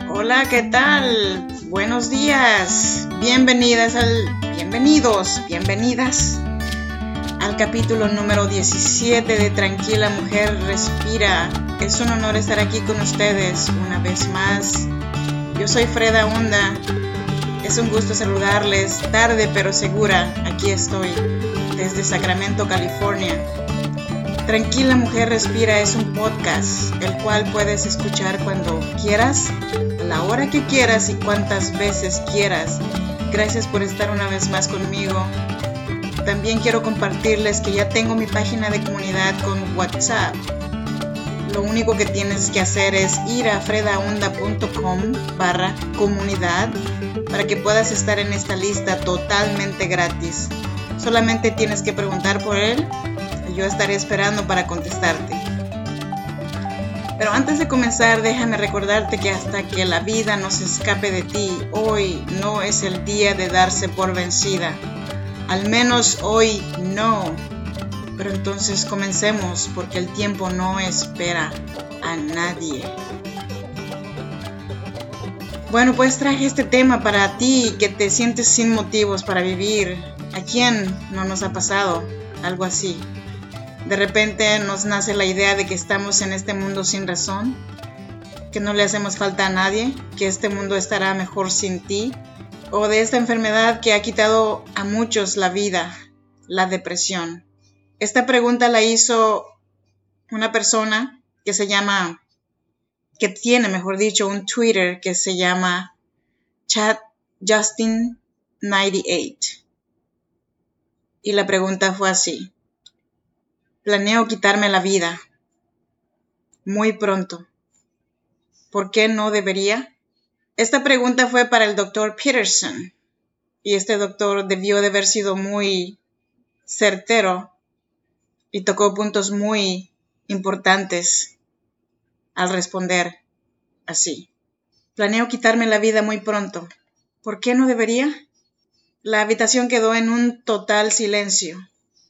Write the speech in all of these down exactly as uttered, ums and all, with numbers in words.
Hola, ¿qué tal? Buenos días. Bienvenidas al... Bienvenidos, bienvenidas al capítulo número diecisiete de Tranquila Mujer Respira. Es un honor estar aquí con ustedes una vez más. Yo soy Freda Honda. Es un gusto saludarles, tarde pero segura. Aquí estoy, desde Sacramento, California. Tranquila Mujer Respira es un podcast, el cual puedes escuchar cuando quieras, a la hora que quieras y cuantas veces quieras. Gracias por estar una vez más conmigo. También quiero compartirles que ya tengo mi página de comunidad con WhatsApp. Lo único que tienes que hacer es ir a fredahonda.com barra comunidad para que puedas estar en esta lista totalmente gratis. Solamente tienes que preguntar por él. Yo estaré esperando para contestarte. Pero antes de comenzar, déjame recordarte que hasta que la vida no se escape de ti, hoy no es el día de darse por vencida. Al menos hoy no. Pero entonces comencemos, porque el tiempo no espera a nadie. Bueno, pues traje este tema para ti que te sientes sin motivos para vivir. ¿A quién no nos ha pasado algo así? De repente nos nace la idea de que estamos en este mundo sin razón, que no le hacemos falta a nadie, que este mundo estará mejor sin ti, o de esta enfermedad que ha quitado a muchos la vida, la depresión. Esta pregunta la hizo una persona que se llama, que tiene, mejor dicho, un Twitter que se llama Chat Justin noventa y ocho. Y la pregunta fue así: planeo quitarme la vida muy pronto. ¿Por qué no debería? Esta pregunta fue para el doctor Peterson, y este doctor debió de haber sido muy certero y tocó puntos muy importantes al responder así. Planeo quitarme la vida muy pronto. ¿Por qué no debería? La habitación quedó en un total silencio.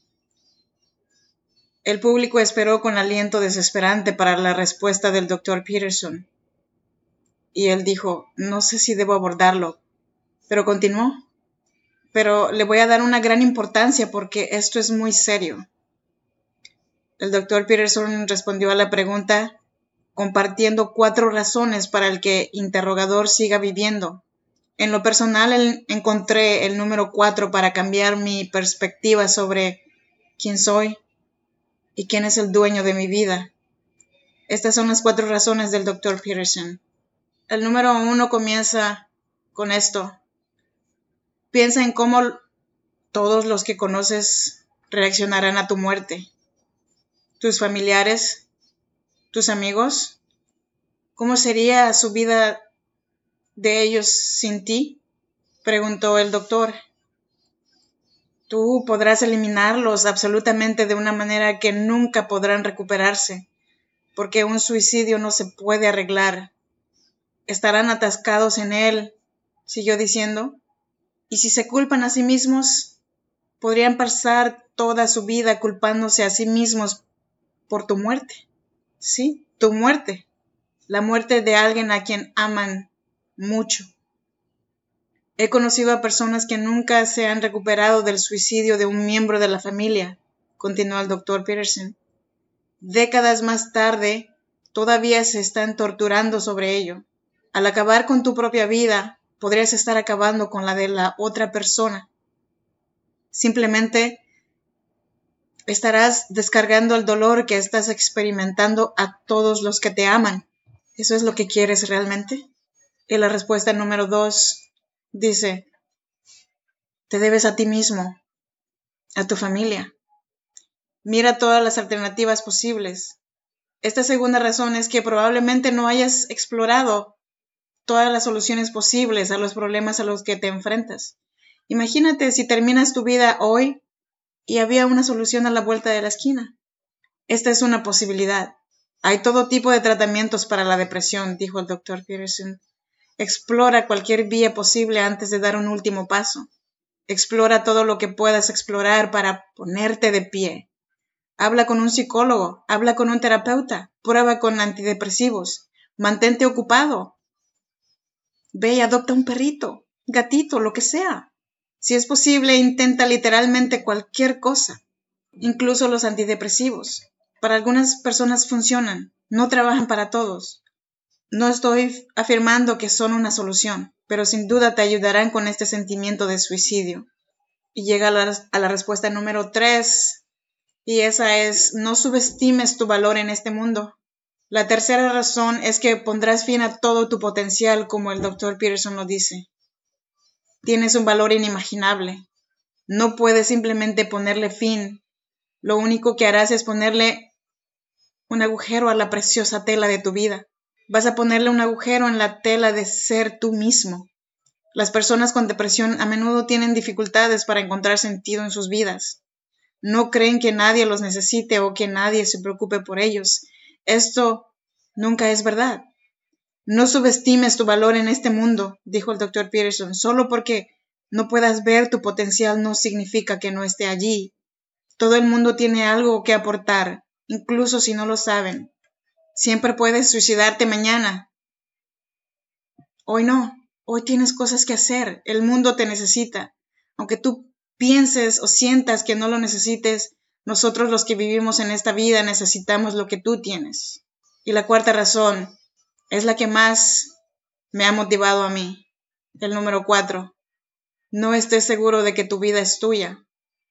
El público esperó con aliento desesperante para la respuesta del doctor Peterson. Y él dijo, no sé si debo abordarlo, pero continuó. Pero le voy a dar una gran importancia porque esto es muy serio. El doctor Peterson respondió a la pregunta compartiendo cuatro razones para el que interrogador siga viviendo. En lo personal encontré el número cuatro para cambiar mi perspectiva sobre quién soy y quién es el dueño de mi vida. Estas son las cuatro razones del doctor Peterson. El número uno comienza con esto. Piensa en cómo todos los que conoces reaccionarán a tu muerte. Tus familiares, tus amigos. ¿Cómo sería su vida de ellos sin ti? Preguntó el doctor. Tú podrás eliminarlos absolutamente de una manera que nunca podrán recuperarse, porque un suicidio no se puede arreglar. Estarán atascados en él, siguió diciendo, y si se culpan a sí mismos, podrían pasar toda su vida culpándose a sí mismos por tu muerte. Sí, tu muerte, la muerte de alguien a quien aman mucho. He conocido a personas que nunca se han recuperado del suicidio de un miembro de la familia, continuó el doctor Peterson. Décadas más tarde, todavía se están torturando sobre ello. Al acabar con tu propia vida, podrías estar acabando con la de la otra persona. Simplemente estarás descargando el dolor que estás experimentando a todos los que te aman. ¿Eso es lo que quieres realmente? Y la respuesta número dos dice, te debes a ti mismo, a tu familia. Mira todas las alternativas posibles. Esta segunda razón es que probablemente no hayas explorado todas las soluciones posibles a los problemas a los que te enfrentas. Imagínate si terminas tu vida hoy y había una solución a la vuelta de la esquina. Esta es una posibilidad. Hay todo tipo de tratamientos para la depresión, dijo el doctor Peterson. Explora cualquier vía posible antes de dar un último paso. Explora todo lo que puedas explorar para ponerte de pie. Habla con un psicólogo, habla con un terapeuta, prueba con antidepresivos, mantente ocupado. Ve y adopta un perrito, gatito, lo que sea. Si es posible, intenta literalmente cualquier cosa, incluso los antidepresivos. Para algunas personas funcionan, no trabajan para todos. No estoy afirmando que son una solución, pero sin duda te ayudarán con este sentimiento de suicidio. Y llega a la, a la respuesta número tres, y esa es: no subestimes tu valor en este mundo. La tercera razón es que pondrás fin a todo tu potencial, como el doctor Peterson lo dice. Tienes un valor inimaginable. No puedes simplemente ponerle fin. Lo único que harás es ponerle un agujero a la preciosa tela de tu vida. Vas a ponerle un agujero en la tela de ser tú mismo. Las personas con depresión a menudo tienen dificultades para encontrar sentido en sus vidas. No creen que nadie los necesite o que nadie se preocupe por ellos. Esto nunca es verdad. No subestimes tu valor en este mundo, dijo el doctor Peterson. Solo porque no puedas ver tu potencial no significa que no esté allí. Todo el mundo tiene algo que aportar, incluso si no lo saben. Siempre puedes suicidarte mañana. Hoy no. Hoy tienes cosas que hacer. El mundo te necesita. Aunque tú pienses o sientas que no lo necesites, nosotros los que vivimos en esta vida necesitamos lo que tú tienes. Y la cuarta razón es la que más me ha motivado a mí. El número cuatro. No estés seguro de que tu vida es tuya.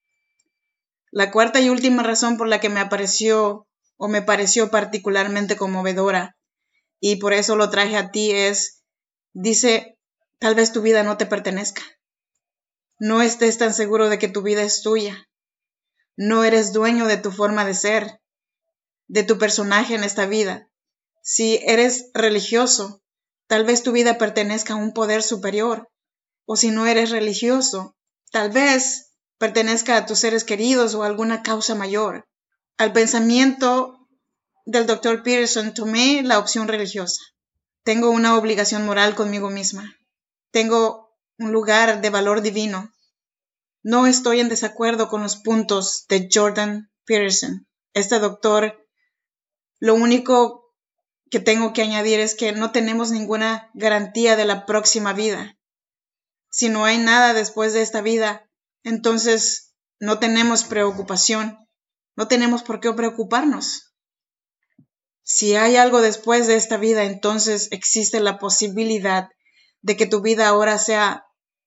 La cuarta y última razón por la que me apareció o me pareció particularmente conmovedora, y por eso lo traje a ti, es, dice, tal vez tu vida no te pertenezca. No estés tan seguro de que tu vida es tuya. No eres dueño de tu forma de ser, de tu personaje en esta vida. Si eres religioso, tal vez tu vida pertenezca a un poder superior. O si no eres religioso, tal vez pertenezca a tus seres queridos o a alguna causa mayor. Al pensamiento del doctor Peterson tomé la opción religiosa. Tengo una obligación moral conmigo misma. Tengo un lugar de valor divino. No estoy en desacuerdo con los puntos de Jordan Peterson. Este doctor, lo único que tengo que añadir es que no tenemos ninguna garantía de la próxima vida. Si no hay nada después de esta vida, entonces no tenemos preocupación. No tenemos por qué preocuparnos. Si hay algo después de esta vida, entonces existe la posibilidad de que tu vida ahora sea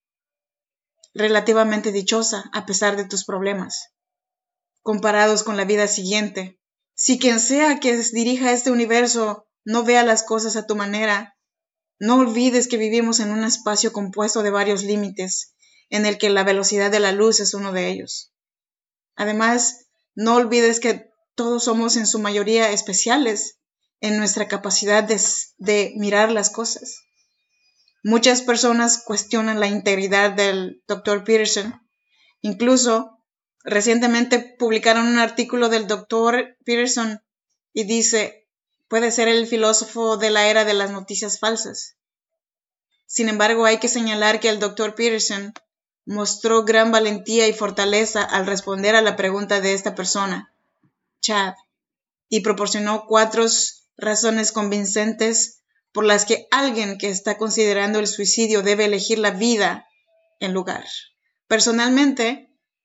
relativamente dichosa a pesar de tus problemas, comparados con la vida siguiente. Si quien sea que dirija este universo no vea las cosas a tu manera, no olvides que vivimos en un espacio compuesto de varios límites, en el que la velocidad de la luz es uno de ellos. Además, no olvides que todos somos en su mayoría especiales en nuestra capacidad de, de mirar las cosas. Muchas personas cuestionan la integridad del doctor Peterson. Incluso, recientemente publicaron un artículo del doctor Peterson y dice, puede ser el filósofo de la era de las noticias falsas. Sin embargo, hay que señalar que el doctor Peterson mostró gran valentía y fortaleza al responder a la pregunta de esta persona, Chad, y proporcionó cuatro razones convincentes por las que alguien que está considerando el suicidio debe elegir la vida en lugar. Personalmente,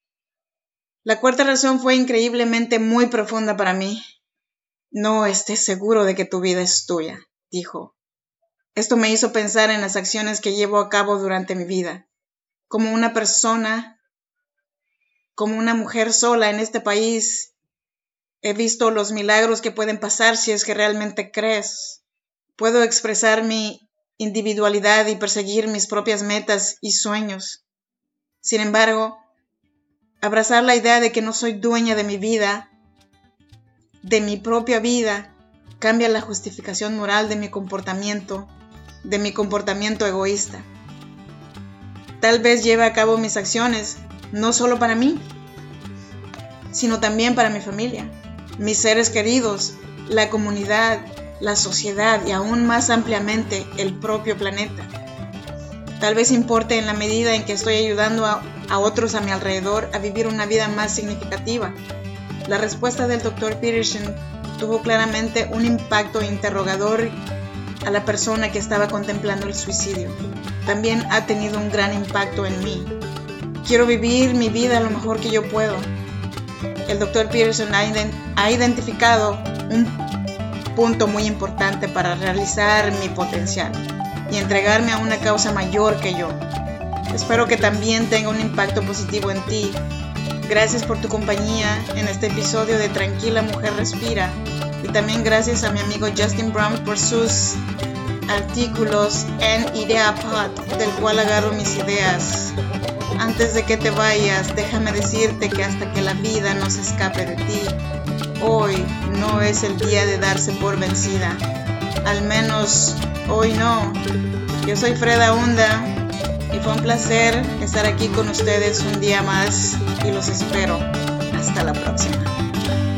la cuarta razón fue increíblemente muy profunda para mí. No estés seguro de que tu vida es tuya, dijo. Esto me hizo pensar en las acciones que llevo a cabo durante mi vida. Como una persona, como una mujer sola en este país, he visto los milagros que pueden pasar si es que realmente crees. Puedo expresar mi individualidad y perseguir mis propias metas y sueños. Sin embargo, abrazar la idea de que no soy dueña de mi vida, de mi propia vida, cambia la justificación moral de mi comportamiento, de mi comportamiento egoísta. Tal vez lleve a cabo mis acciones, no solo para mí, sino también para mi familia, mis seres queridos, la comunidad, la sociedad y aún más ampliamente el propio planeta. Tal vez importe en la medida en que estoy ayudando a, a otros a mi alrededor a vivir una vida más significativa. La respuesta del doctor Peterson tuvo claramente un impacto interrogador a la persona que estaba contemplando el suicidio. También ha tenido un gran impacto en mí. Quiero vivir mi vida lo mejor que yo puedo. El doctor Peterson ha, ident- ha identificado un punto muy importante para realizar mi potencial y entregarme a una causa mayor que yo. Espero que también tenga un impacto positivo en ti. Gracias por tu compañía en este episodio de Tranquila Mujer Respira. Y también gracias a mi amigo Justin Brown por sus artículos en IdeaPod, del cual agarro mis ideas. Antes de que te vayas, déjame decirte que hasta que la vida no se escape de ti, hoy no es el día de darse por vencida. Al menos hoy no. Yo soy Freda Hunda y fue un placer estar aquí con ustedes un día más y los espero. Hasta la próxima.